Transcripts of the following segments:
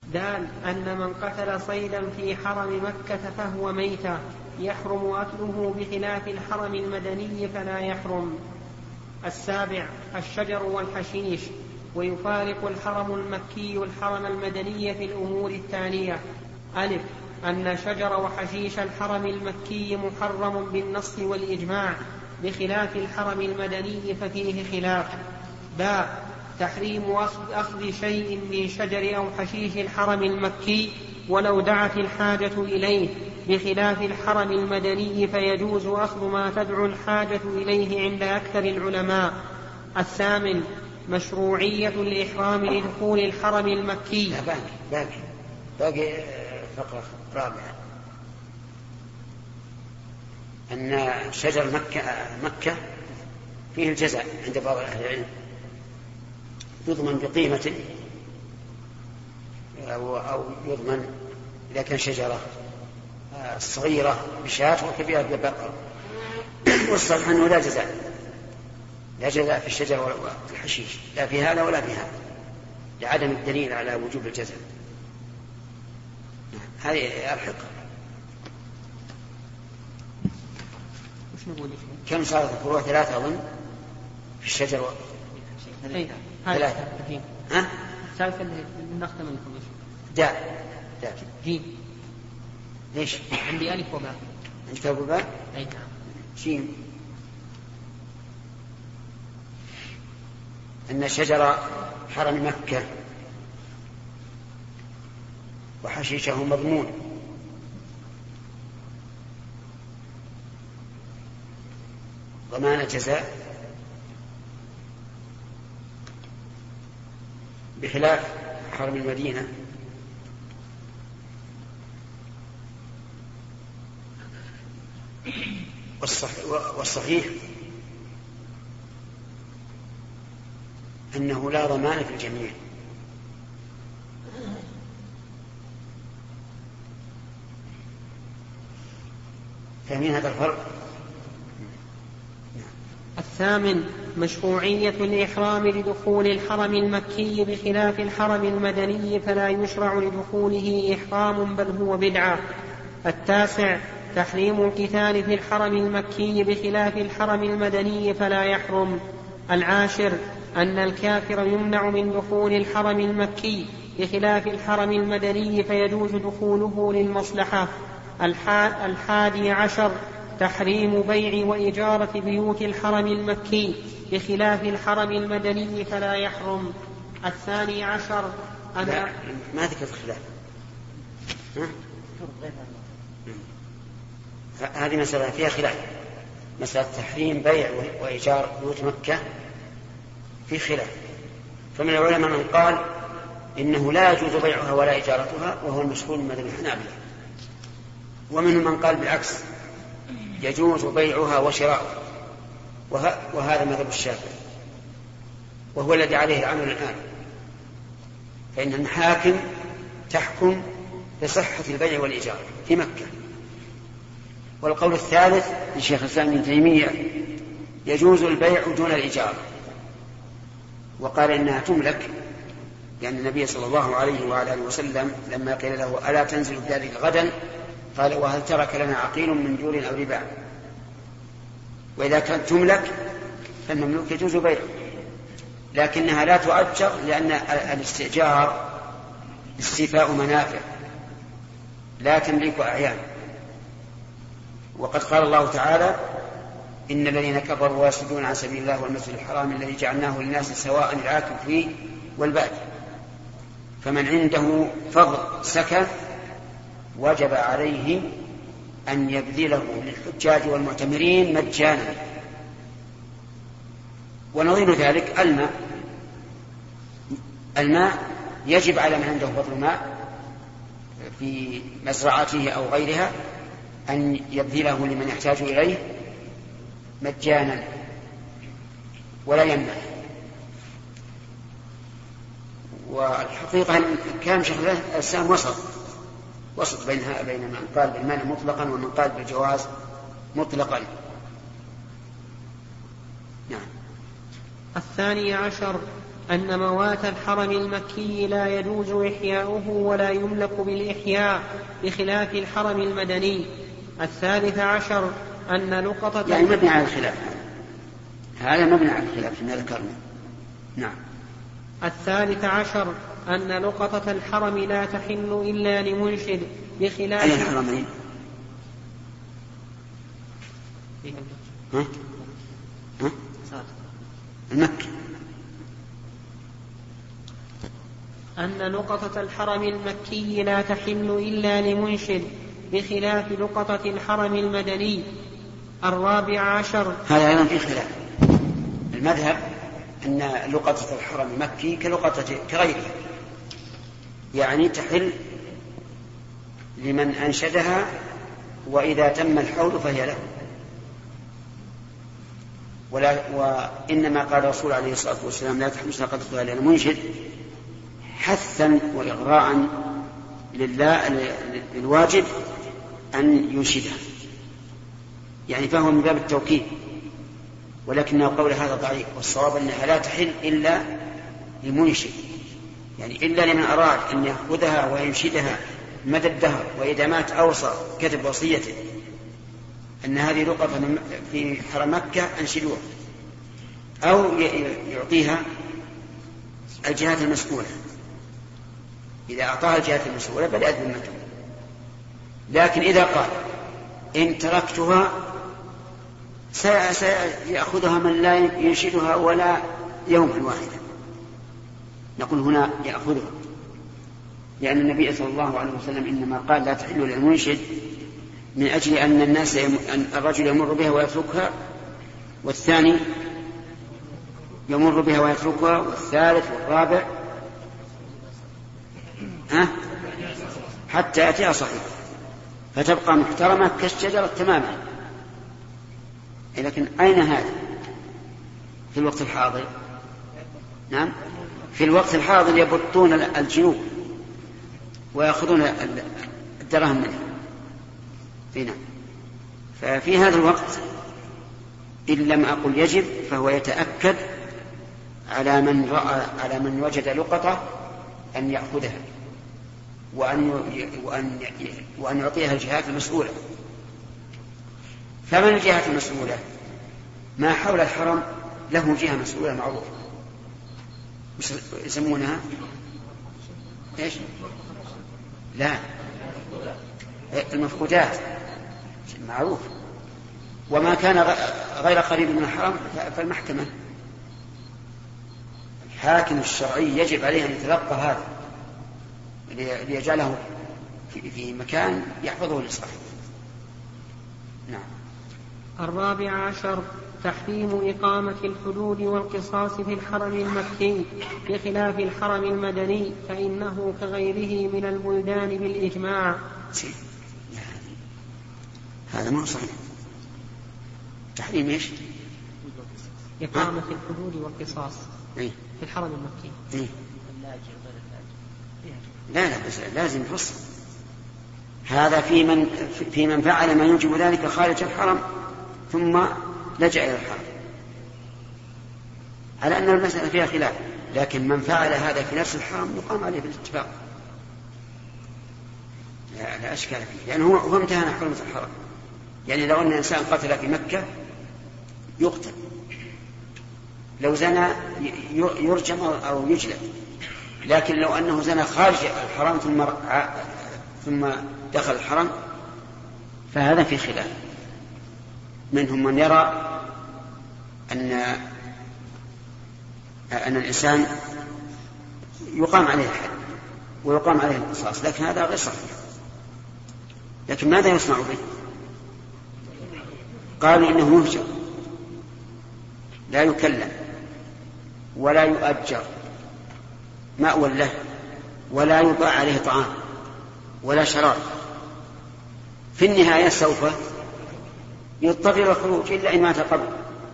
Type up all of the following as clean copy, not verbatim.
دال أن من قتل صيدا في حرم مكة فهو ميتة يحرم أكله بخلاف الحرم المدني فلا يحرم. 7 الشجر والحشيش. ويفارق الحرم المكي الحرم المدني في الأمور التالية: ألف أن شجر وحشيش الحرم المكي محرم بالنص والإجماع بخلاف الحرم المدني ففيه خلاف. باء تحريم أخذ شيء من شجر أو حشيش الحرم المكي ولو دعت الحاجة إليه بخلاف الحرم المدني فيجوز أخذ ما تدعو الحاجة إليه عند أكثر العلماء. 8 مشروعية الإحرام لدخول الحرم المكي. باقي فقرة رابعة، أن شجر مكة فيه الجزاء عند بعض أهل العلم، يضمن بقيمة أو يضمن إذا كان شجرة صغيرة بشاة وكبيرة ببقر، والصحيح أنه لا جزاء في الشجر والحشيش، لا في هذا ولا في هذا، لعدم الدليل على وجوب الجزاء. هذه الحقة. كم صارت الفروع؟ 3 أظن في الشجر. 3. ها؟ الثالثة اللي نختم منكم داء جيم. ليش؟ عندي ألف وباء. عندك ألف وباء؟ أي نعم. جيم. أن شجر حرم مكة وحشيشه مضمون ضمان جزاء بخلاف حرم المدينة والصحيح أنه لا ضمان في الجميع. فمن هذا الفرق. 8 مشروعية الإحرام لدخول الحرم المكي بخلاف الحرم المدني فلا يشرع لدخوله إحرام بل هو بدعة. 9 تحريم القتال في الحرم المكي بخلاف الحرم المدني فلا يحرم. 10 أن الكافر يمنع من دخول الحرم المكي بخلاف الحرم المدني فيجوز دخوله للمصلحة. 11 تحريم بيع وإجارة بيوت الحرم المكي بخلاف الحرم المدني فلا يحرم. 12 أنا ما ذكرت خلاف. هذه مسألة فيها خلاف، مسألة تحريم بيع وإيجار بيوت مكة في خلاف. فمن العلماء من قال إنه لا يجوز بيعها ولا إيجارتها، وهو المشهور من مذهب الحنابلة. ومنهم من قال بالعكس، يجوز بيعها وشراؤها، وهذا مذهب الشافعي، وهو الذي عليه العمل الآن، فإن المحاكم تحكم بصحة البيع والإيجار في مكة. والقول الثالث لشيخ الإسلام ابن تيمية يجوز البيع دون الإيجار، وقال إنها تملك، يعني النبي صلى الله عليه وعلى آله وسلم لما قيل له ألا تنزل بذلك غدا قال وهل ترك لنا عقيل من جور أو ربا. وإذا كانت تملك فالمملوك يجوز بيعه، لكنها لا تؤجر، لأن الاستئجار استيفاء منافع لا تملك أعيان. وقد قال الله تعالى إن الذين كفروا ويصدون عن سبيل الله والمسجد الحرام الذي جعلناه للناس سواء العاكف فيه والباد، فمن عنده فضل سكن وجب عليه أن يبذله للحجاج والمعتمرين مجانا. ونظير ذلك الماء يجب على من عنده فضل ماء في مزرعته أو غيرها أن يبذله لمن يحتاج إليه مجانا ولا يمنع. والحقيقة كان شيخ الإسلام وسط بين من قال بالمنع مطلقا ومن قال بالجواز مطلقا. نعم. 12 أن موات الحرم المكي لا يجوز إحياؤه ولا يملك بالإحياء بخلاف الحرم المدني. 13 أن لقطة يعني مبني على الخلاف، هذا مبني على الخلاف كما ذكرنا. نعم. 14 أن لقطة الحرم لا تحل إلا لمنشد بخلاف أي الحرمين؟ المكي. أن لقطة الحرم المكي لا تحل إلا لمنشد بخلاف لقطة الحرم المدني. 14 هذا أيضا في خلاف. المذهب أن لقطة الحرم المكي كغيره، يعني تحل لمن أنشدها، وإذا تم الحول فهي له. وإنما قال الرسول عليه الصلاة والسلام لا تحل لقطتها إلا لمنشد حثا وإغراء للواجب أن ينشدها، يعني فهو من باب التوكيد، ولكن قول هذا ضعيف، والصواب أنها لا تحل إلا لمنشد، يعني إلا لمن أراد أن يأخذها وينشدها مدى الدهر، وإذا مات أوصى كتب وصيته أن هذه لقطة في حرم مكة أنشدوها، أو يعطيها الجهات المسؤولة. إذا أعطاها الجهات المسؤولة بدأت ذمته. لكن إذا قال إن تركتها سيأخذها من لا ينشدها ولا يوما واحدا، نقول هنا يأخذها، لأن النبي صلى الله عليه وسلم إنما قال لا تحل للمنشد من أجل أن الناس أن الرجل يمر بها ويتركها، والثاني يمر بها ويتركها، والثالث والرابع حتى يأتيها صحيح فتبقى محترمة كالشجرة تماما. لكن أين هذا في الوقت الحاضر؟ نعم، في الوقت الحاضر يبطون الجنوب ويأخذون الدراهم منها. نعم. ففي هذا الوقت إن لم أقل يجب فهو يتأكد على من وجد لقطة أن يأخذها وأن يعطيها الجهات المسؤولة. فمن الجهات المسؤولة؟ ما حول الحرم له جهة مسؤولة معروفة، يسمونها إيش؟ لا، المفقودات معروف. وما كان غير قريب من الحرم فالمحكمة، الحاكم الشرعي يجب عليه أن يتلقى هذا ليجعله في مكان يحفظه لصاحبه. نعم. 14 تحريم إقامة الحدود والقصاص في الحرم المكي بخلاف الحرم المدني، فإنه كغيره من البلدان بالإجماع. هذا ما هو صحيح. تحريم إيش؟ إقامة الحدود والقصاص في الحرم المكي. لا بس لازم يفصل. هذا في من فعل ما يوجب ذلك خارج الحرم ثم لجأ إلى الحرم، على أن المسألة فيها خلاف، لكن من فعل هذا في نفس الحرم يقام عليه بالاتفاق، لا أشكال فيه، لأنه هو امتهن حرمة الحرم. يعني لو أن إنسان قتل في مكة يقتل، لو زنى يرجم أو يجلد، لكن لو أنه زنى خارج الحرم ثم دخل الحرم فهذا في خلاف. منهم من يرى أن الإنسان يقام عليه الحد ويقام عليه القصاص، لكن هذا غير صحيح. لكن ماذا يصنع به؟ قالوا إنه يهجر، لا يكلم ولا يؤجر مأوى له، ولا يباع عليه طعام ولا شراب. في النهاية سوف يضطر إلى الخروج إلا إن مات قبل.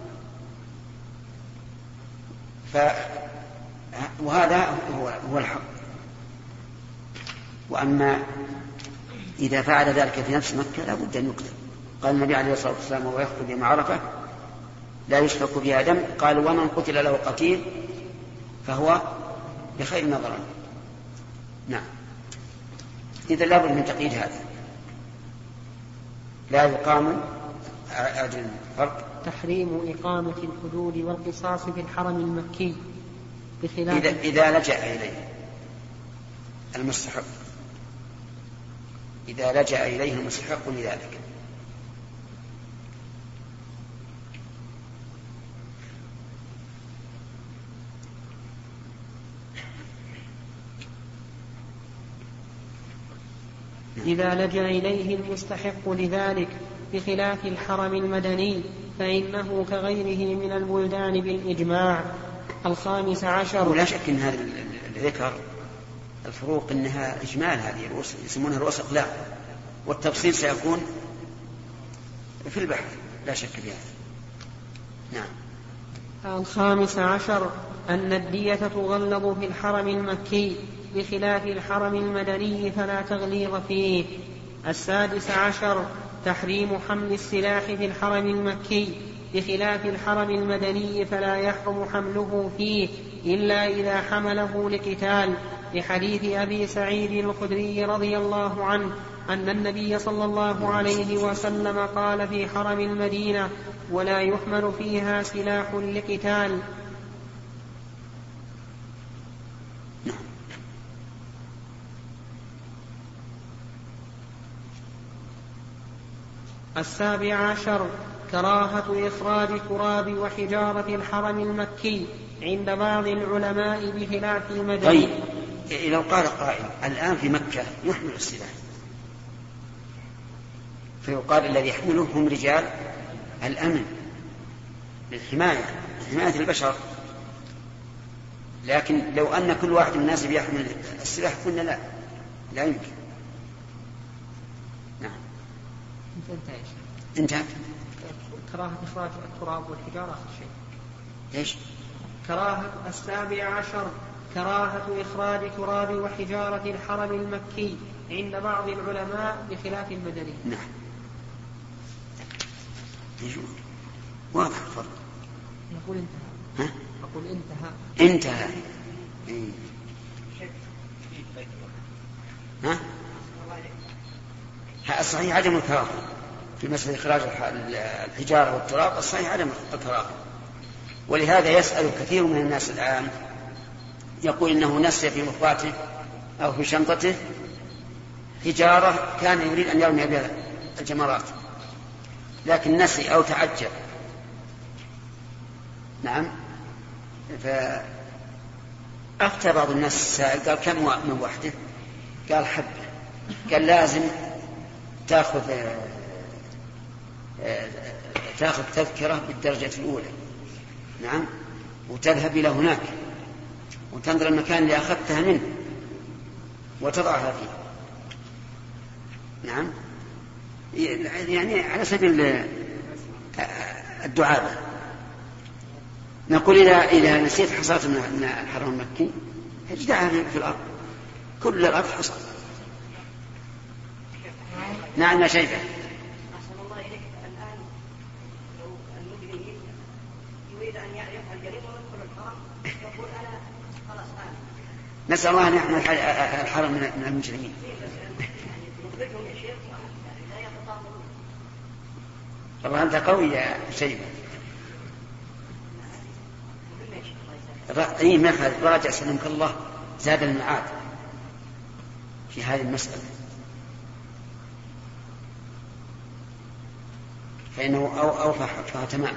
وهذا هو الحق. وأما إذا فعل ذلك في نفس مكة لا بد أن يقتل. قال النبي عليه الصلاة والسلام وهو يخطب يوم عرفة لا يسفك بها دم، قال ومن قتل له قتيل فهو بخير نظرا. نعم. إذا لابد من تقييد هذا، لا يقام أجل فرق. تحريم إقامة الحدود والقصاص في الحرم المكي بخلاف إذا لجأ إليه المستحق، إذا لجأ إليه المستحق لذلك. إذا لجأ إليه المستحق لذلك بخلاف الحرم المدني فإنه كغيره من البلدان بالإجماع. 15. ولا شك أن هذا الذكر الفروق أنها إجمال، هذه يسمونها رؤوس أقلام، والتفصيل سيكون في البحث لا شك بها. نعم. 15. أن الدية تغلظ في الحرم المكي بخلاف الحرم المدني فلا تغليظ فيه. 16. تحريم حمل السلاح في الحرم المكي بخلاف الحرم المدني فلا يحرم حمله فيه إلا إذا حمله لقتال، لحديث أبي سعيد الخدري رضي الله عنه أن النبي صلى الله عليه وسلم قال في حرم المدينة: ولا يحمل فيها سلاح لقتال. 17. كراهة إخراج تراب وحجارة الحرم المكي عند بعض العلماء بخلاف المدني. طيب، لو قال قائل الآن في مكة يحمل السلاح، فيقال الذي يحمله هم رجال الأمن للحماية، حماية البشر. لكن لو أن كل واحد من الناس يحمل السلاح قلنا لا يمكن. نعم. انتهت. كراهة إخراج التراب والحجارة آخر شيء. إيش؟ كراهة. 17. كراهة إخراج تراب وحجارة الحرم المكي عند بعض العلماء بخلاف المدني. نعم. واضح الفرق. يقول انتهى. ها؟ أقول انتهى. إيه. ها؟ الصحيح عدم الكراهة في مسألة إخراج الحجارة والتراب، الصحيح عدم الكراهة. ولهذا يسأل كثير من الناس الآن، يقول إنه نسي في مخباته أو في شنطته حجارة كان يريد أن يرمي بها الجمرات، لكن نسي أو تعجب. نعم. فأفتى بعض الناس السائل قال: كم من وحده؟ قال: حبة. قال: لازم تأخذ تذكرة بالدرجة الأولى. نعم. وتذهب إلى هناك وتنظر المكان اللي أخذتها منه وتضعها فيه. نعم. يعني على سبيل الدعابة. نقول إذا نسيت حصاة من الحرم المكي اجدعها في الأرض، كل الأرض حصى. نعم يا شيخ. أحسن الله إليك. الآن لو المجرمين يريد أن يفعل جريمة ويدخل الحرم يقول أنا خلاص الآن نسأل الله أن يحمي الحرم من المجرمين. يخرجهم يا شيخ لا يتطاولون. والله أنت قوي يا شيخ. أي مثل راجع سلمك الله زاد المعاد في هذه المسألة، فإنه أوفى حقها تماما.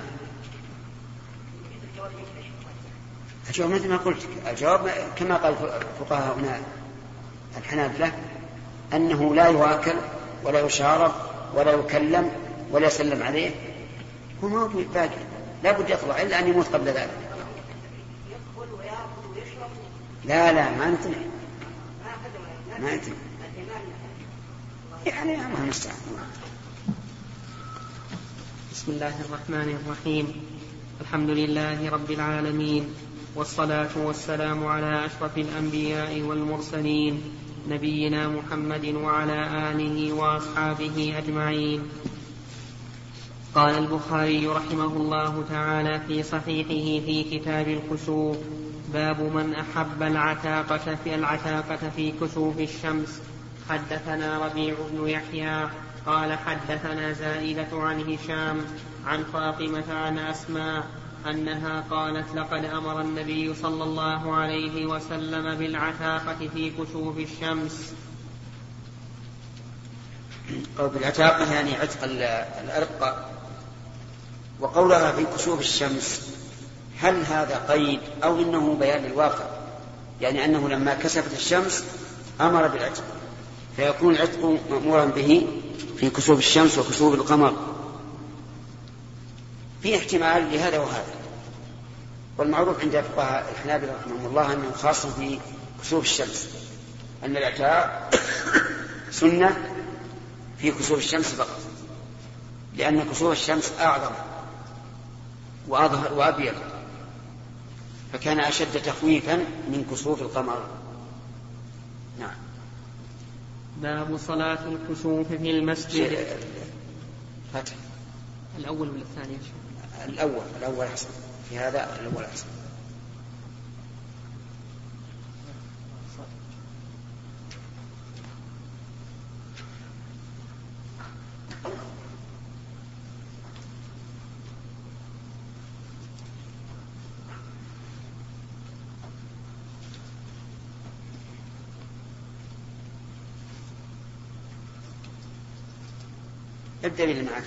الجواب مثل ما قلت، الجواب كما قال فقهاء هنا الحنابلة أنه لا يواكل ولا يشارب ولا يكلم ولا يسلم عليه، هو موجود باقي، لا بد يطلع إلا أن يموت قبل ذلك. لا ما نتنع يعني ما نستعد. بسم الله الرحمن الرحيم. الحمد لله رب العالمين، والصلاة والسلام على أشرف الأنبياء والمرسلين، نبينا محمد وعلى آله وأصحابه أجمعين. قال البخاري رحمه الله تعالى في صحيحه في كتاب الكسوف: باب من أحب العتاقة في كسوف الشمس. حدثنا ربيع بن يحيى قال حدثنا زائدة عن هشام عن فاطمة عن أسماء أنها قالت لقد أمر النبي صلى الله عليه وسلم بالعتاقة في كسوف الشمس. أو بالعتاقة يعني عتق الأرقة. وقولها في كسوف الشمس هل هذا قيد أو إنه بيان للواقع؟ يعني أنه لما كسفت الشمس أمر بالعتق، فيكون العتق مأمورا به في كسوف الشمس وكسوف القمر. في احتمال لهذا وهذا، والمعروف عند فقهاء الحنابلة رحمهم الله أنه خاص في كسوف الشمس، أن العتاق سنة في كسوف الشمس فقط، لأن كسوف الشمس أعظم وأظهر وأبيض، فكان أشد تخويفا من كسوف القمر. نعم. باب صلاة الكسوف في المسجد. فتح الأول ولا الثاني؟ الأول أحسن، في هذا الأول أحسن. ابدأ باللي معك،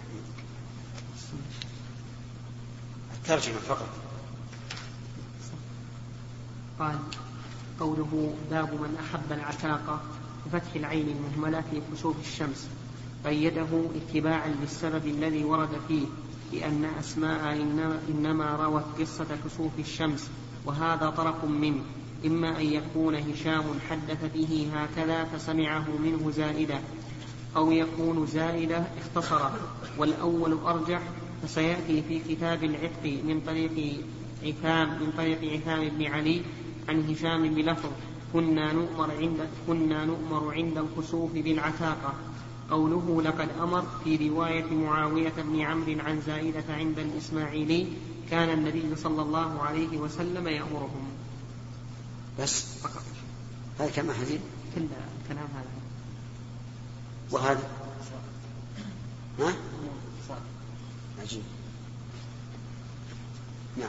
الترجمة فقط. قال قوله باب من أحب العتاقة بفتح العين المهملة في كسوف الشمس، قيده اتباعا للسبب الذي ورد فيه، لأن أسماء إنما روت قصة كسوف الشمس، وهذا طرف منه، إما أن يكون هشام حدث به هكذا فسمعه منه زائدة، أو يكون زائدة اختصره، والأول أرجح، فسيأتي في كتاب العتق من طريق عثام بن علي عن هشام بلفظ كنا نؤمر عند الكسوف بالعتاقة. قوله لقد أمر في رواية معاوية بن عمرو عن زائدة عند الإسماعيلي كان النبي صلى الله عليه وسلم يأمرهم. بس هذا كما حديث كل كلام هذا. وهذا ها؟ عجيب. نعم.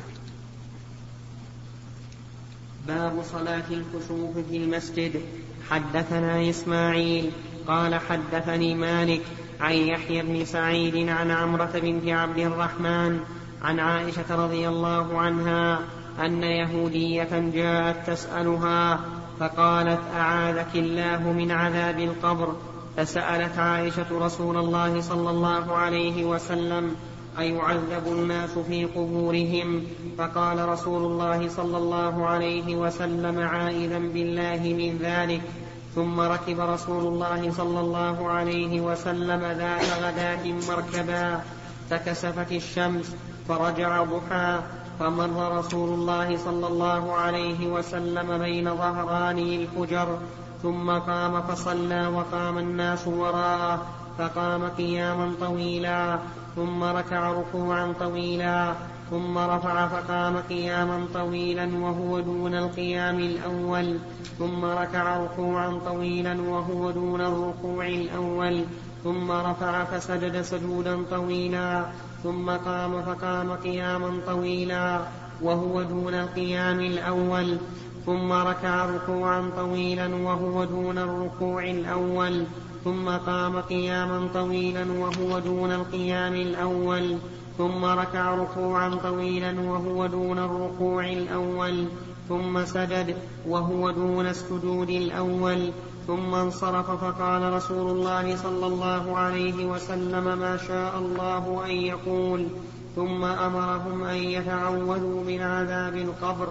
باب صلاة الكسوف في المسجد. حدثنا إسماعيل قال حدثني مالك عن يحيى بن سعيد عن عمرة بنت عبد الرحمن عن عائشة رضي الله عنها أن يهودية جاءت تسألها فقالت أعاذك الله من عذاب القبر، فسألت عائشة رسول الله صلى الله عليه وسلم أيعذب الناس في قبورهم؟ فقال رسول الله صلى الله عليه وسلم عائذا بالله من ذلك. ثم ركب رسول الله صلى الله عليه وسلم ذات غداة مركبا، فكسفت الشمس فرجع ضحى، فمر رسول الله صلى الله عليه وسلم بين ظهراني الحجر، ثم قام فصلى وقام الناس وراءه، فقام قياما طويلا، ثم ركع ركوعا طويلا، ثم رفع فقام قياما طويلا وهو دون القيام الأول، ثم ركع ركوعا طويلا وهو دون الركوع الأول، ثم رفع فسجد سجودا طويلا، ثم قام فقام قياما طويلا وهو دون القيام الأول، ثم ركع ركوعا طويلا وهو دون الركوع الأول، ثم قام قياما طويلا وهو دون القيام الأول، ثم ركع ركوعا طويلا وهو دون الركوع الأول، ثم سجد وهو دون السجود الأول، ثم انصرف، فقال رسول الله صلى الله عليه وسلم ما شاء الله أن يقول، ثم أمرهم أن يتعوذوا من عذاب القبر.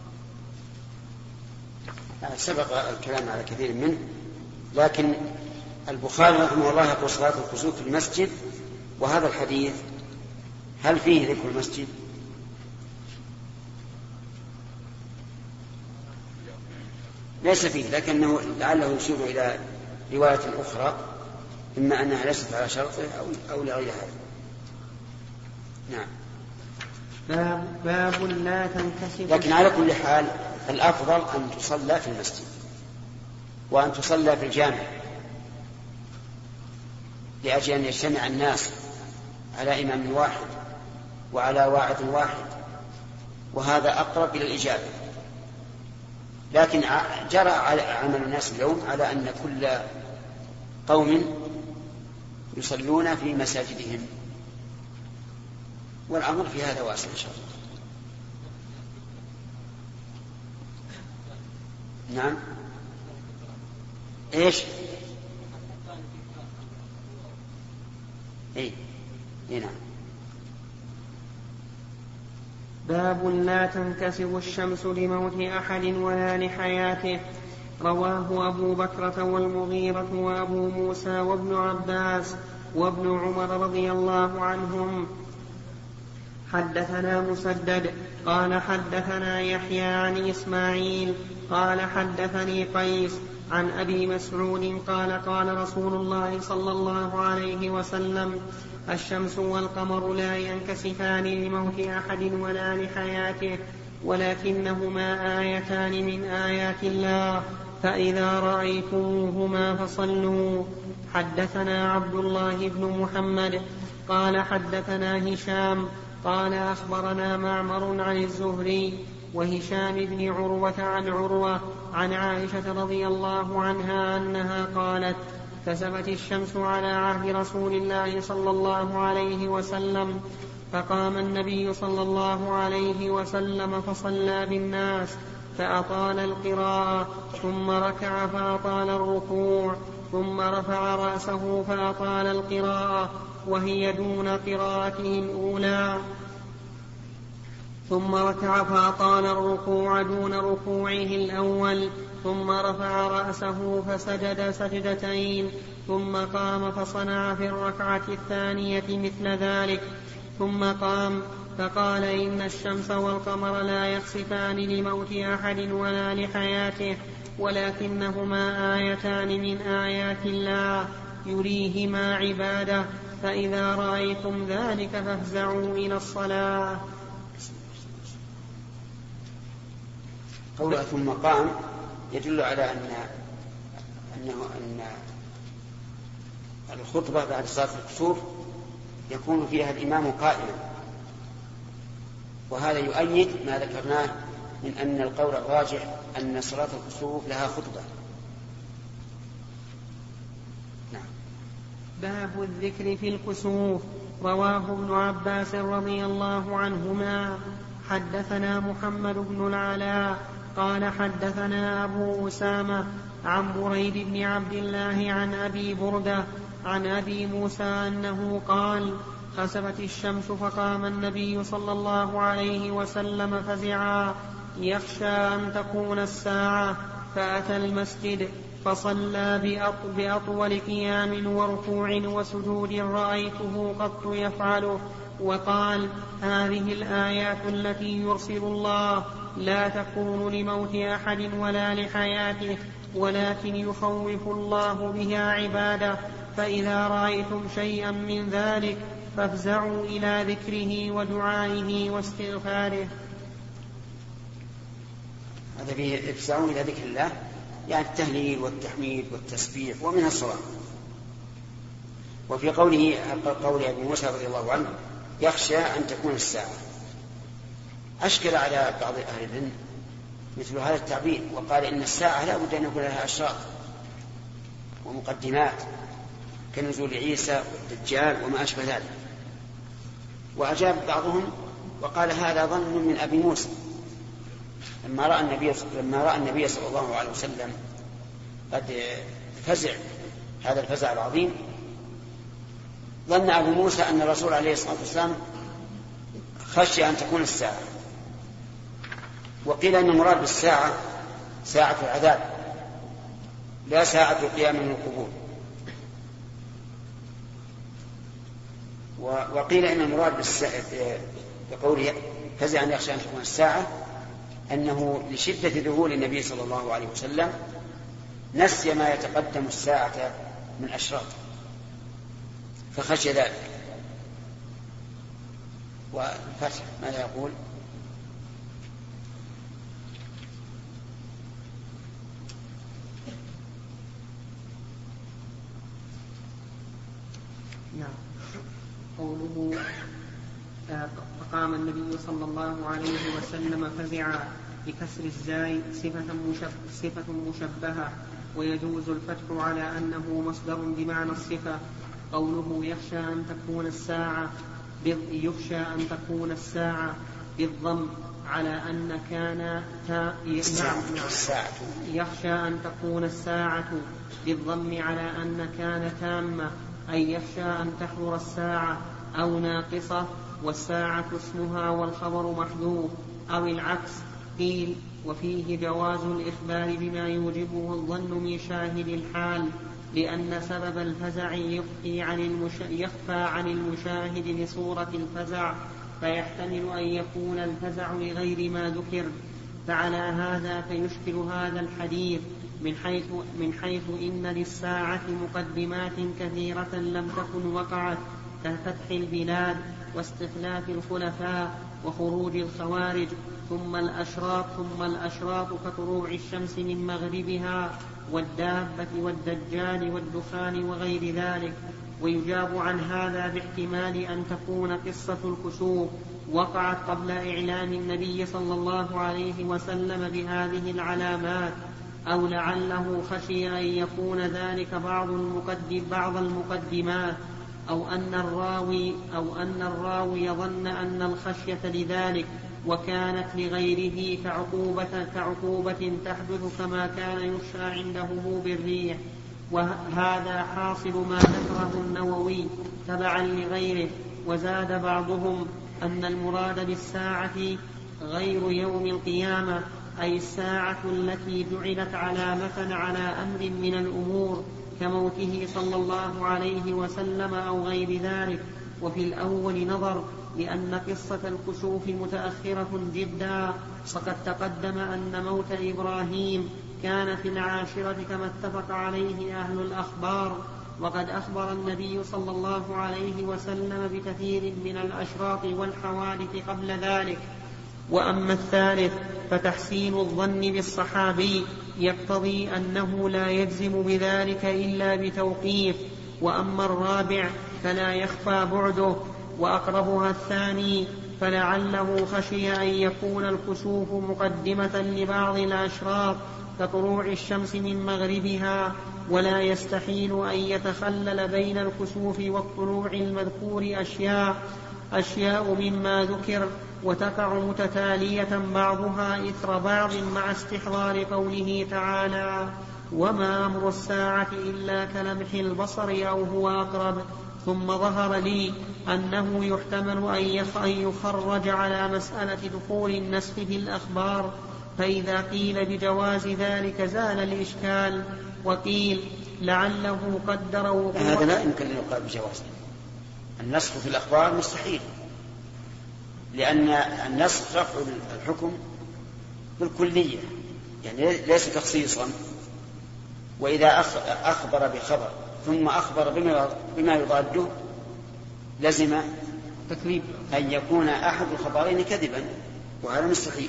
سبق الكلام على كثير منه، لكن البخاري رحمه الله يقول صلاة الكسوف في المسجد، وهذا الحديث هل فيه ذكر المسجد؟ ليس فيه، لكنه لعله يشير إلى رواية أخرى، إما أنها ليست على شرطه أو لغير هذا. نعم. باب لا تنكسف. لكن على كل حال الأفضل أن تصلى في المسجد وأن تصلى في الجامع لأجل أن يجتمع الناس على إمام واحد وعلى واعظ واحد، وهذا أقرب إلى الإجابة. لكن جرى عمل الناس اليوم على أن كل قوم يصلون في مساجدهم، والأمر في هذا واسع إن شاء الله. نعم. إيش؟ إيه نعم. باب لا تنكسف الشمس لموت أحد ولا لحياته. رواه أبو بكرة والمغيرة وأبو موسى وابن عباس وابن عمر رضي الله عنهم. حدثنا مسدد قال حدثنا يحيى عن إسماعيل قال حدثني قيس عن أبي مسعود قال قال رسول الله صلى الله عليه وسلم: الشمس والقمر لا ينكسفان لموت أحد ولا لحياته، ولكنهما آيتان من آيات الله، فإذا رأيتموهما فصلوا. حدثنا عبد الله بن محمد قال حدثنا هشام قال أخبرنا معمر عن الزهري وهشام بن عروة عن عروة عن عائشة رضي الله عنها أنها قالت: كسفت الشمس على عهد رسول الله صلى الله عليه وسلم، فقام النبي صلى الله عليه وسلم فصلى بالناس فأطال القراءة، ثم ركع فأطال الركوع، ثم رفع رأسه فأطال القراءة وهي دون قراءته الأولى، ثم ركع فأطال الركوع دون ركوعه الأول، ثم رفع رأسه فسجد سجدتين، ثم قام فصنع في الركعة الثانية مثل ذلك، ثم قام فقال: إن الشمس والقمر لا يخسفان لموت أحد ولا لحياته، ولكنهما آيتان من آيات الله يريهما عباده، فإذا رأيتم ذلك فافزعوا إلى الصلاة. قوله ثم قام يدل على أن الخطبة بعد صلاة الكسوف يكون فيها الإمام قائما، وهذا يؤيد ما ذكرناه من أن القول الراجح أن صلاة الكسوف لها خطبة. نعم. باب الذكر في الكسوف. رواه ابن عباس رضي الله عنهما. حدثنا محمد بن العلاء قال حدثنا أبو أسامة عن بريد بن عبد الله عن أبي بردة عن أبي موسى أنه قال: خسفت الشمس فقام النبي صلى الله عليه وسلم فزعا يخشى أن تكون الساعة، فأتى المسجد فصلى بأطول قيام وركوع وسجود رأيته قط يفعله، وقال: هذه الآيات التي يرسل الله لا تكون لموت أحد ولا لحياته، ولكن يخوف الله بها عباده، فإذا رأيتم شيئا من ذلك فافزعوا إلى ذكره ودعائه واستغفاره. هذا فيه افزعوا إلى ذكر الله، يعني التهليل والتحميد والتسبيح ومنها الصلاة. وفي قوله قول أبي موسى رضي الله عنه: يخشى أن تكون الساعة، أشكل على بعض أهل العلم مثل هذا التعبير، وقال إن الساعة لا بد أن يكون لها أشراط ومقدمات كنزول عيسى والدجال وما أشبه ذلك. وأجاب بعضهم وقال: هذا ظن من أبي موسى لما رأى النبي صلى الله عليه وسلم قد فزع هذا الفزع العظيم، ظن أبو موسى أن الرسول عليه الصلاة والسلام خشي أن تكون الساعة. وقيل أن المراد بالساعة ساعة العذاب لا ساعة القيام من القبور. وقيل أن المراد بقوله فزع أن يخشى أن تكون الساعة أنه لشدة ذهول النبي صلى الله عليه وسلم نسي ما يتقدم الساعة من أشراط فخشي ذلك. والفتح ماذا يقول؟ نعم. قوله فقام النبي صلى الله عليه وسلم فزعا بكسر الزاي صفة مشبهة، ويجوز الفتح على أنه مصدر بمعنى الصفة. قوله يخشى أن تكون الساعة بالضم على أن كان يخشى أن تكون الساعة بالضم على أن كان تامة، أي يخشى أن تحضر الساعة أو ناقصة والساعة اسمها والخبر محذوف، أو العكس. قيل وفيه جواز الإخبار بما يوجبه الظن من شاهد الحال، لأن سبب الفزع يخفى عن المشاهد لصورة الفزع، فيحتمل أن يكون الفزع لغير ما ذكر. فعلى هذا فيشكل هذا الحديث من حيث إن للساعة مقدمات كثيرة لم تكن وقعت، كفتح البلاد واستخلاف الخلفاء وخروج الخوارج، ثم الأشراط كطلوع الشمس من مغربها والدابة والدجال والدخان وغير ذلك. ويجاب عن هذا باحتمال أن تكون قصة الكسوف وقعت قبل إعلام النبي صلى الله عليه وسلم بهذه العلامات، أو لعله خشي أن يكون ذلك بعض المقدمات، أو أن الراوي ظن أن الخشية لذلك وكانت لغيره كعقوبة تحدث كما كان يخشى عند هبوب الريح. وهذا حاصل ما ذكره النووي تبعا لغيره. وزاد بعضهم أن المراد بالساعة غير يوم القيامة، أي الساعة التي جعلت علامة على أمر من الأمور كموته صلى الله عليه وسلم أو غير ذلك. وفي الأول نظر، لأن قصة الكسوف متأخرة جدا، فقد تقدم أن موت إبراهيم كان في 10 كما اتفق عليه أهل الأخبار، وقد أخبر النبي صلى الله عليه وسلم بكثير من الأشراط والحوادث قبل ذلك. وأما الثالث فتحسين الظن بالصحابي يقتضي أنه لا يجزم بذلك إلا بتوقيف. وأما الرابع فلا يخفى بعده، وأقربها الثاني، فلعله خشي أن يكون الكسوف مقدمة لبعض الأشراط كطلوع الشمس من مغربها، ولا يستحيل أن يتخلل بين الكسوف والطلوع المذكور أشياء مما ذكر، وتقع متتالية بعضها إثر بعض مع استحضار قوله تعالى: وما أمر الساعة إلا كلمح البصر أو هو أقرب. ثم ظهر لي أنه يحتمل أن يخرج على مسألة دخول النسخ في الأخبار، فإذا قيل بجواز ذلك زال الإشكال. وقيل لعله قدر وقوع. هذا لا يمكن أن يقال بجواز النسخ في الأخبار، مستحيل، لأن النسخ رفع الحكم بالكلية، يعني ليس تخصيصا. وإذا أخبر بخبر ثم أخبر بما يضاده لزم تكذيب أن يكون أحد الخبرين كذبا، وهذا مستحيل.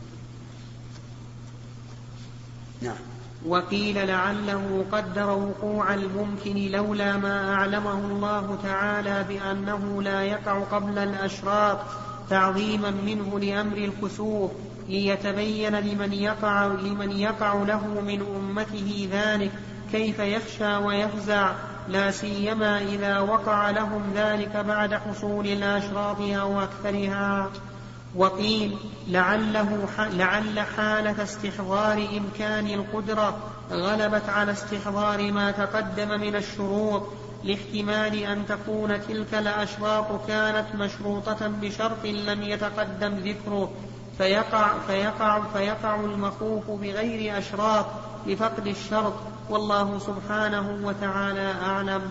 نعم. وقيل لعله قدر وقوع الممكن لولا ما أعلمه الله تعالى بأنه لا يقع قبل الأشراط، تعظيما منه لأمر الكسوف، ليتبين لمن يقع له من أمته ذلك كيف يخشى ويفزع، لا سيما إذا وقع لهم ذلك بعد حصول الأشراط أو أكثرها. وقيل لعل حالة استحضار إمكان القدرة غلبت على استحضار ما تقدم من الشروط، لاحتمال أن تكون تلك الأشراط كانت مشروطة بشرط لم يتقدم ذكره، فيقع المخوف بغير أشراط لفقد الشرط، والله سبحانه وتعالى أعلم.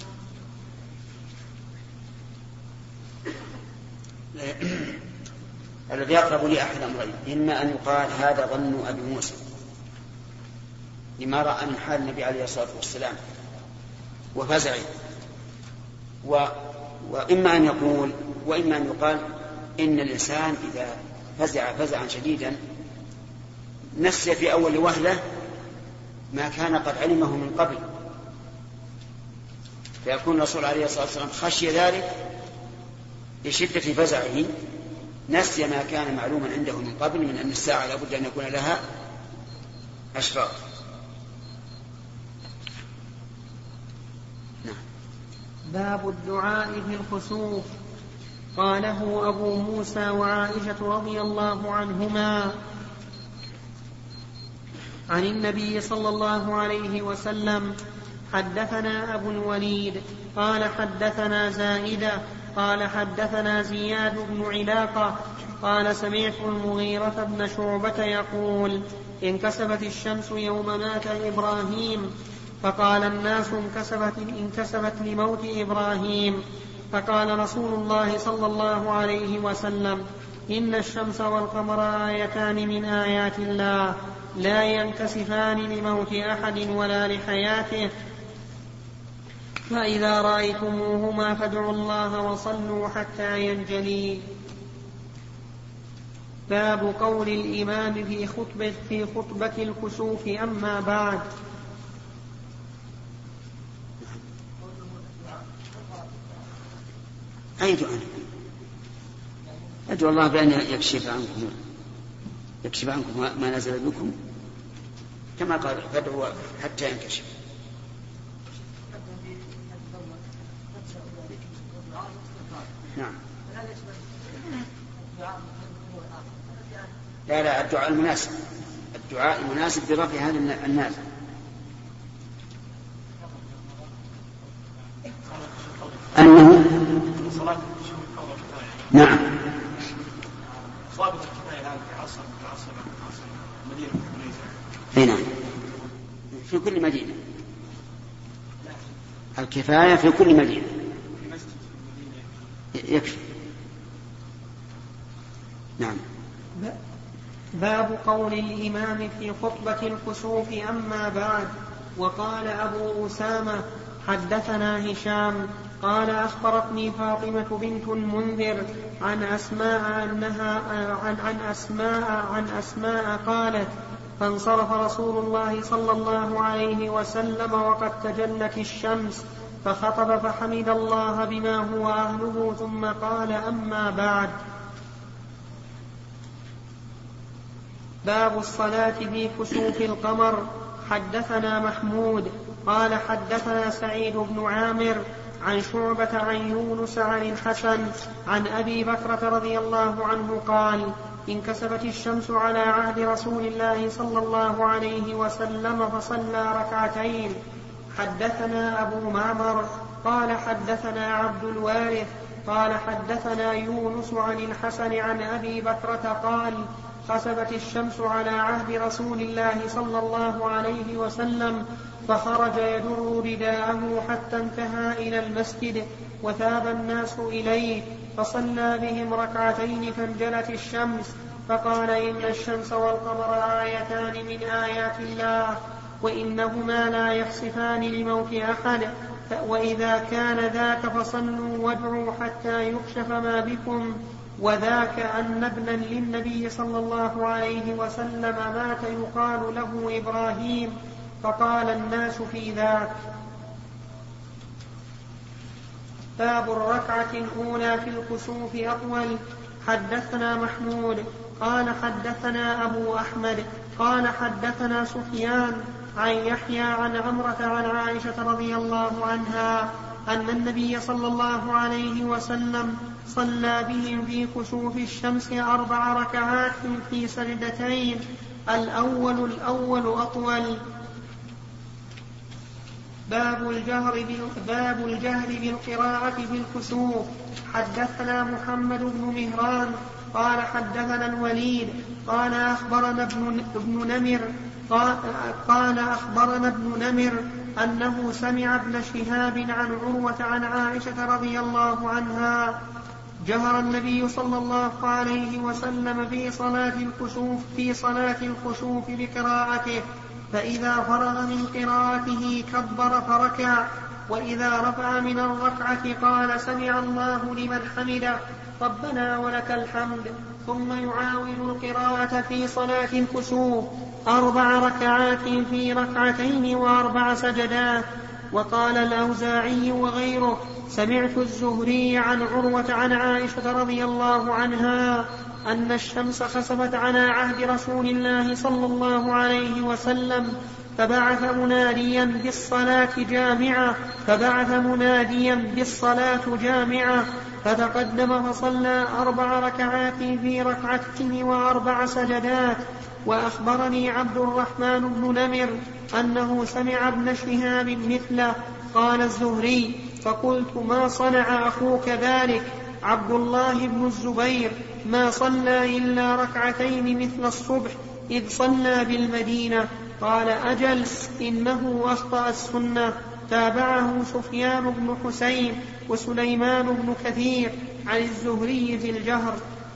الذي يقرب لي أحد أمرين: إما أن يقال هذا ظن أبي موسى لما رأى من حال النبي عليه الصلاة والسلام وفزعه، وإما أن يقول وإما أن يقال إن الإنسان إذا فزع فزعا شديدا نسي في أول وهلة ما كان قد علمه من قبل، فيكون الرسول عليه الصلاة والسلام خشي ذلك لشدة فزعه، نسي ما كان معلوما عنده من قبل من أن الساعة لابد أن يكون لها أشراط. باب الدعاء في الخسوف. قاله أبو موسى وعائشة رضي الله عنهما عن النبي صلى الله عليه وسلم. حدثنا أبو الوليد قال حدثنا زائدة قال حدثنا زياد بن علاقة قال سمعت المغيرة بن شعبة يقول انكسفت الشمس يوم مات إبراهيم، فقال الناس انكسفت لموت إبراهيم، فقال رسول الله صلى الله عليه وسلم إن الشمس والقمر آيتان من آيات الله لا ينكسفان لموت أحد ولا لحياته، فإذا رأيتموهما فادعوا الله وصلوا حتى ينجلي. باب قول الإمام في خطبة الكسوف أما بعد. أي دعاء؟ أدعو الله بأن يكشف عنكم ما نزل بكم، كما قال فادعوا حتى ينكشف. نعم. لا الدعاء المناسب، الدعاء المناسب برفع هذا الناس. أنه نعم نعم في كل مدينة، الكفاية في كل مدينة يكفي. نعم. باب قول الإمام في خطبة الكسوف أما بعد. وقال أبو أسامة حدثنا هشام قال أخبرتني فاطمة بنت المنذر عن أسماء قالت فانصرف رسول الله صلى الله عليه وسلم وقد تجلت الشمس فخطب فحمد الله بما هو أهله ثم قال أما بعد. باب الصلاة في كسوف القمر. حدثنا محمود قال حدثنا سعيد بن عامر عن شعبة عن يونس عن الحسن عن أبي بكرة رضي الله عنه قال انكسفت الشمس على عهد رسول الله صلى الله عليه وسلم فصلى ركعتين. حدثنا أبو معمر قال حدثنا عبد الوارث قال حدثنا يونس عن الحسن عن أبي بكرة قال خسفت الشمس على عهد رسول الله صلى الله عليه وسلم فخرج يجر رداءه حتى انتهى إلى المسجد وثاب الناس إليه فصلى بهم ركعتين فانجلت الشمس فقال إن الشمس والقمر آيتان من آيات الله وإنهما لا يخسفان لموت أحد، وإذا كان ذاك فصلوا وادعوا حتى يكشف ما بكم. وذاك أن ابنا للنبي صلى الله عليه وسلم مات يقال له إبراهيم، فقال الناس في ذاك. باب الركعة الأولى في الكسوف أطول. حدثنا محمود قال حدثنا أبو أحمد قال حدثنا سفيان عن يحيى عن عمرة عن عائشة رضي الله عنها أن النبي صلى الله عليه وسلم صلى بهم في كسوف الشمس 4 ركعات في سجدتين، الأول أطول. باب الجهر بالقراءة بالكسوف. حدثنا محمد بن مهران قال حدثنا الوليد قال أخبرنا ابن نمر أنه سمع ابن شهاب عن عروة عن عائشة رضي الله عنها جهر النبي صلى الله عليه وسلم في صلاة الكسوف بقراءته، فإذا فرغ من قراءته كبر فركع وإذا رفع من الركعة قال سمع الله لمن حمده ربنا ولك الحمد، ثم يعاود القراءة في صلاة الكسوف 4 ركعات في 2 و4 سجدات. وقال الأوزاعي وغيره سمعت الزهري عن عروة عن عائشة رضي الله عنها أن الشمس خسفت على عهد رسول الله صلى الله عليه وسلم فبعث مناديا بالصلاة جامعة فتقدم فصلى 4 ركعات في 2 و4 سجدات. وأخبرني عبد الرحمن بن نمر أنه سمع ابن شهاب مثله. قال الزهري فقلت ما صنع أخوك ذلك؟ عبد الله بن الزبير ما صلى إلا 2 مثل الصبح إذ صلى بالمدينة. قال أجل إنه أخطأ السنة. تابعه سفيان بن حسين وسليمان بن كثير عن الزهري في الجهر.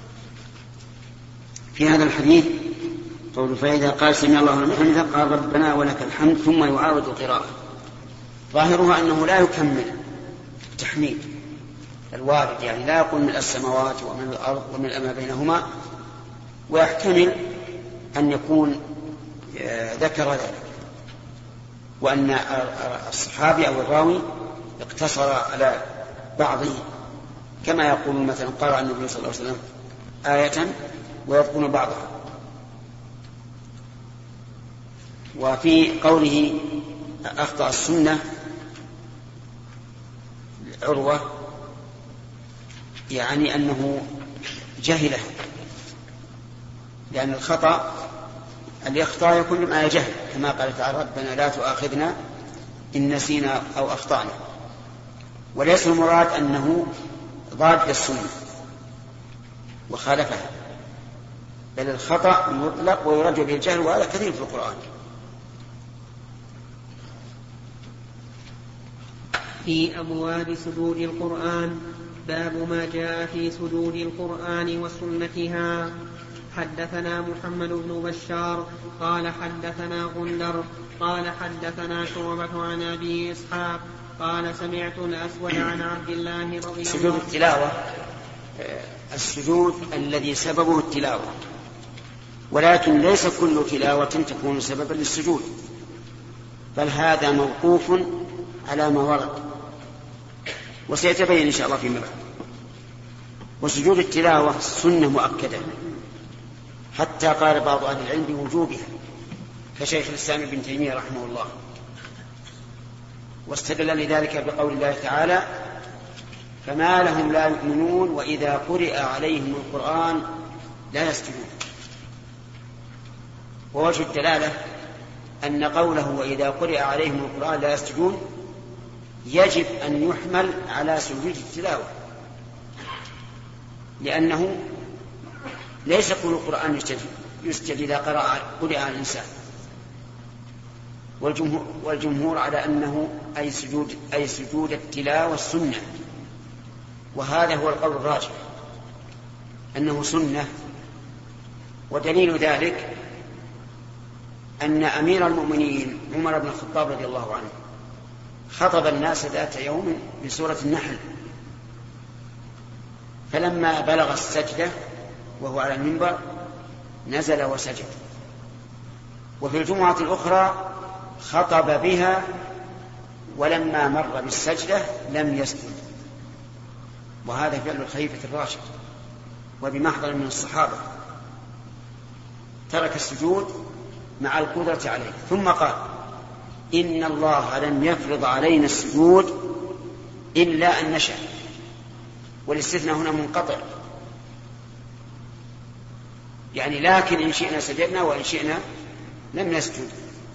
في هذا الحديث قول فإذا قال سمع الله لمن حمده قال ربنا ولك الحمد ثم يعاود القراءة. ظاهرها أنه لا يكمل التحميد الوارد، يعني لا يقول من السماوات ومن الأرض ومن ما بينهما، ويحتمل أن يكون ذكر ذلك، وأن الصحابي أو الراوي اقتصر على بعضه، كما يقول مثلا قرأ النبي صلى الله عليه وسلم آية ويذكر بعضها. وفي قوله أخطأ السنة عروة يعني أنه جهله، لأن الخطأ اللي يخطأ يكون لما جهل، كما قال تعالى ربنا لا تؤاخذنا إن نسينا أو أخطأنا. وليس المراد أنه ضاد للسنة وخالفها، بل الخطأ يطلق ويرجع به الجهل، وهذا كثير في القرآن. في أبواب سجود القرآن. باب ما جاء في سجود القرآن وسنتها. حدثنا محمد بن بشار قال حدثنا غندر قال حدثنا شعبة عن أبي إسحاق قال سمعت الأسود عن عبد الله رضي الله عنه. سجود التلاوة السجود الذي سببه التلاوة، ولكن ليس كل تلاوة تكون سببا للسجود، بل هذا موقوف على ما ورد، وسيتبين إن شاء الله فيما بعد. وسجود التلاوة سنة مؤكدة، حتى قال بعض أهل العلم بوجوبها كشيخ الإسلام ابن تيمية رحمه الله، واستدل لذلك بقول الله تعالى فما لهم لا يؤمنون وإذا قرئ عليهم القرآن لا يسجدون. ووجه الدلالة أن قوله وإذا قرئ عليهم القرآن لا يسجدون يجب أن يحمل على سجود التلاوة، لأنه ليس كل القرآن يسجد إذا قرئ على الإنسان، والجمهور على أنه أي سجود التلاوة السنة، وهذا هو القول الراجح أنه سنة. ودليل ذلك أن أمير المؤمنين عمر بن الخطاب رضي الله عنه خطب الناس ذات يوم بسورة النحل، فلما بلغ السجدة وهو على المنبر نزل وسجد. وفي الجمعة الأخرى خطب بها ولما مر بالسجدة لم يسجد، وهذا فعل الخليفة الراشد وبمحضر من الصحابة، ترك السجود مع القدرة عليه. ثم قال إن الله لم يفرض علينا السجود إلا أن نشاء، والاستثناء هنا منقطع، يعني لكن إن شئنا سجدنا وإن شئنا لم نسجد.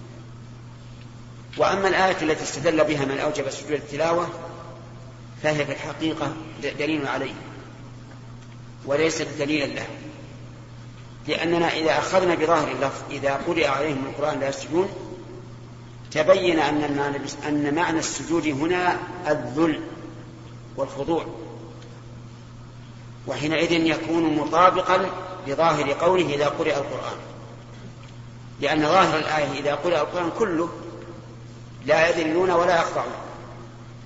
وأما الآية التي استدل بها من أوجب سجود التلاوة فهي في الحقيقة دليل عليه وليست دليلا له، لأننا إذا أخذنا بظاهر اللفظ إذا قرئ عليهم القرآن لا يسجدون تبين أن معنى السجود هنا الذل والخضوع، وحينئذ يكون مطابقا لظاهر قوله إذا قرئ القرآن، لأن ظاهر الآية إذا قرئ القرآن كله لا يذلون ولا يخضعون،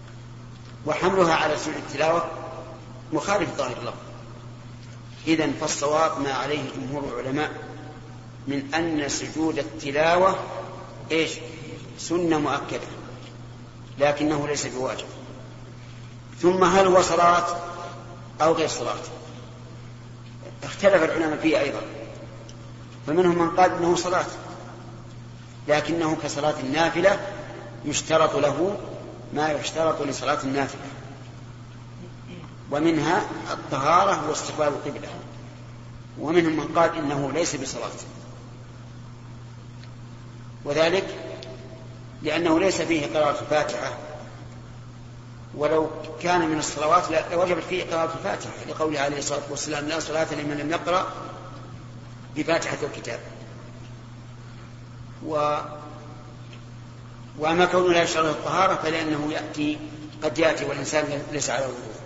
وحملها على سجود التلاوة مخالف ظاهر اللفظ. إذن فالصواب ما عليه جمهور العلماء من أن سجود التلاوة سنة مؤكدة لكنه ليس بواجب. ثم هل هو صلاة أو غير صلاة؟ اختلف العلماء فيه أيضا، فمنهم من قال إنه صلاة لكنه كصلاة النافلة يشترط له ما يشترط لصلاة النافلة، ومنها الطهارة واستقبال القبلة. ومنهم من قال إنه ليس بصلاة، وذلك لأنه ليس فيه قراءة الفاتحة، ولو كان من الصلوات لوجبت فيه قراءة الفاتحة لقوله عليه الصلاة والسلام لا صلاة لمن لم يقرأ بفاتحة الكتاب. وأما كونه لا يشترط الطهارة فلأنه قد يأتي والإنسان ليس على وضوء،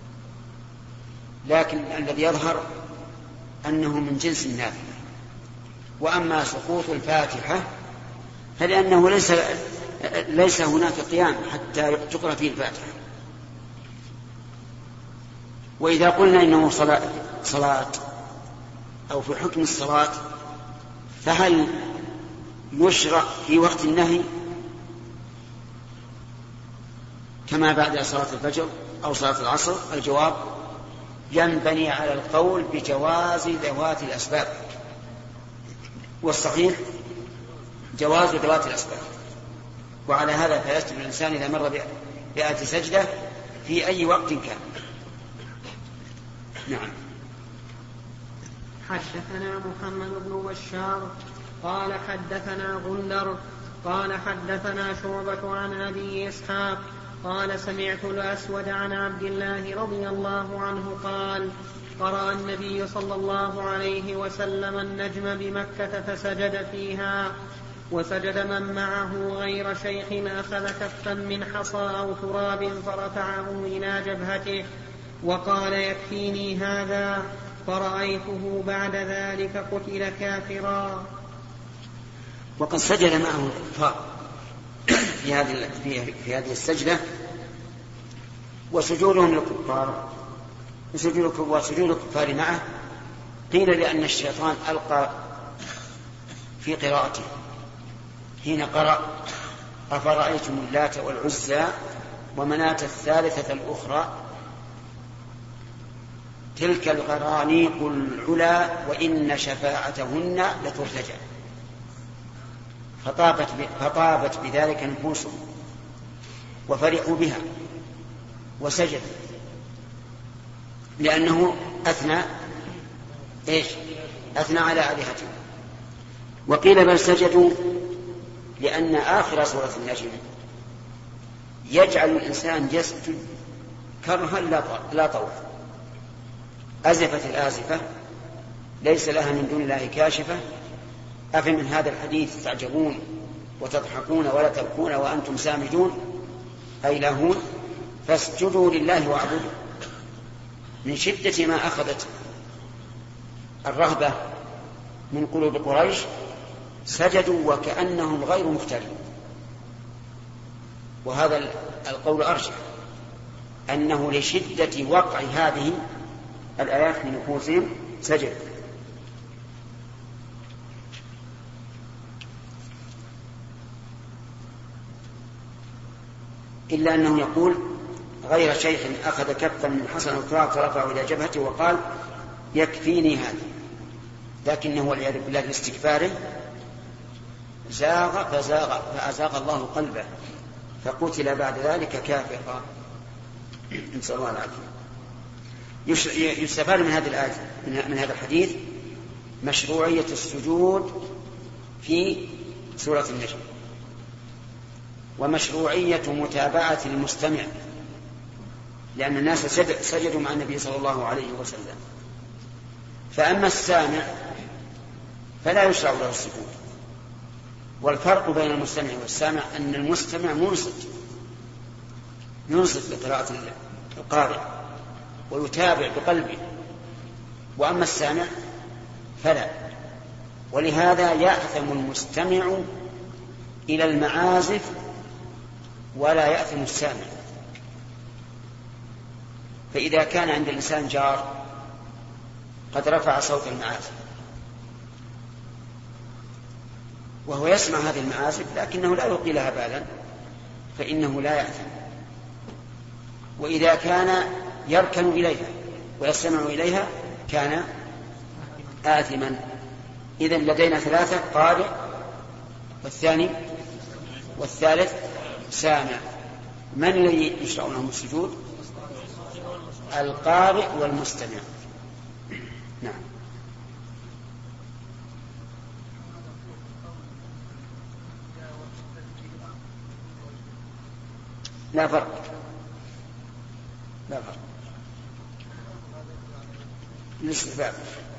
لكن الذي يظهر أنه من جنس النافلة. وأما سقوط الفاتحة فلأنه ليس هناك قيام حتى تقرأ فيه الفاتحة. وإذا قلنا إنه صلاة أو في حكم الصلاة، فهل يشرع في وقت النهي كما بعد صلاة الفجر أو صلاة العصر؟ الجواب ينبني على القول بجواز ذوات الأسباب، والصحيح جواز ذوات الأسباب. وعلى هذا فيسجد الإنسان إذا مر بآية سجدة في أي وقت كان. نعم. حدثنا محمد بن بشار قال حدثنا غندر قال حدثنا شعبة عن أبي إسحاق قال سمعت الأسود عن عبد الله رضي الله عنه قال قرأ النبي صلى الله عليه وسلم النجم بمكة فسجد فيها، وسجد من معه غير شيخ أخذ كفا من حصى أو تراب فرفعه إلى جبهته وقال يكفيني هذا، فرأيته بعد ذلك قتل كافرا. وقد سجد معه الكفار في هذه السجدة، وسجودهم للكفار وسجود الكفار معه قيل لأن الشيطان ألقى في قراءته حين قرأ أفرأيتم اللات والعزى ومناة الثالثة الأخرى تلك الغرانيق العلا وإن شفاعتهن لترتجى، فطابت بذلك نفوسهم وفرحوا بها وسجدوا لأنه أثنى على آلهتهم. وقيل بل سجدوا لأن آخر سورة النجم يجعل الإنسان يسجد كرها لا طوع. أزفت الآزفة ليس لها من دون الله كاشفة، أفمن هذا الحديث تعجبون وتضحكون ولا تبكون وأنتم سامدون أي لاهون، فاسجدوا لله واعبدوا. من شدة ما أخذت الرهبة من قلوب قريش سجدوا وكأنهم غير مختارين. وهذا القول أرجح أنه لشدة وقع هذه الآيات في نفوسهم سجد. إلا أنه يقول غير شيخ أخذ كفا من حصى أو تراب فرفعه إلى جبهته وقال يكفيني هذا، لكنه والعياذ بالله لاستكباره زاغ فأزاغ الله قلبه فقتل بعد ذلك كافرا، نسأل الله العافية. يستفاد من هذه الآية من هذا الحديث مشروعية السجود في سورة النجم، ومشروعية متابعة المستمع، لأن الناس سجدوا مع النبي صلى الله عليه وسلم. فأما السامع فلا يشرع له السجود. والفرق بين المستمع والسامع أن المستمع ينصت لقراءة القارئ ويتابع بقلبه، وأما السامع فلا. ولهذا يأثم المستمع إلى المعازف ولا يأثم السامع، فإذا كان عند الإنسان جار قد رفع صوت المعازف وهو يسمع هذه المعازف لكنه لا يلقي لها بالا فإنه لا يأثم. وإذا كان يركن إليها ويستمع إليها كان آثما. إذن لدينا ثلاثة: قارئ، والثاني والثالث سامع. من الذي يشرع لهم السجود؟ القارئ والمستمع. نعم. لا فرق، لا فرق. الاستحباب.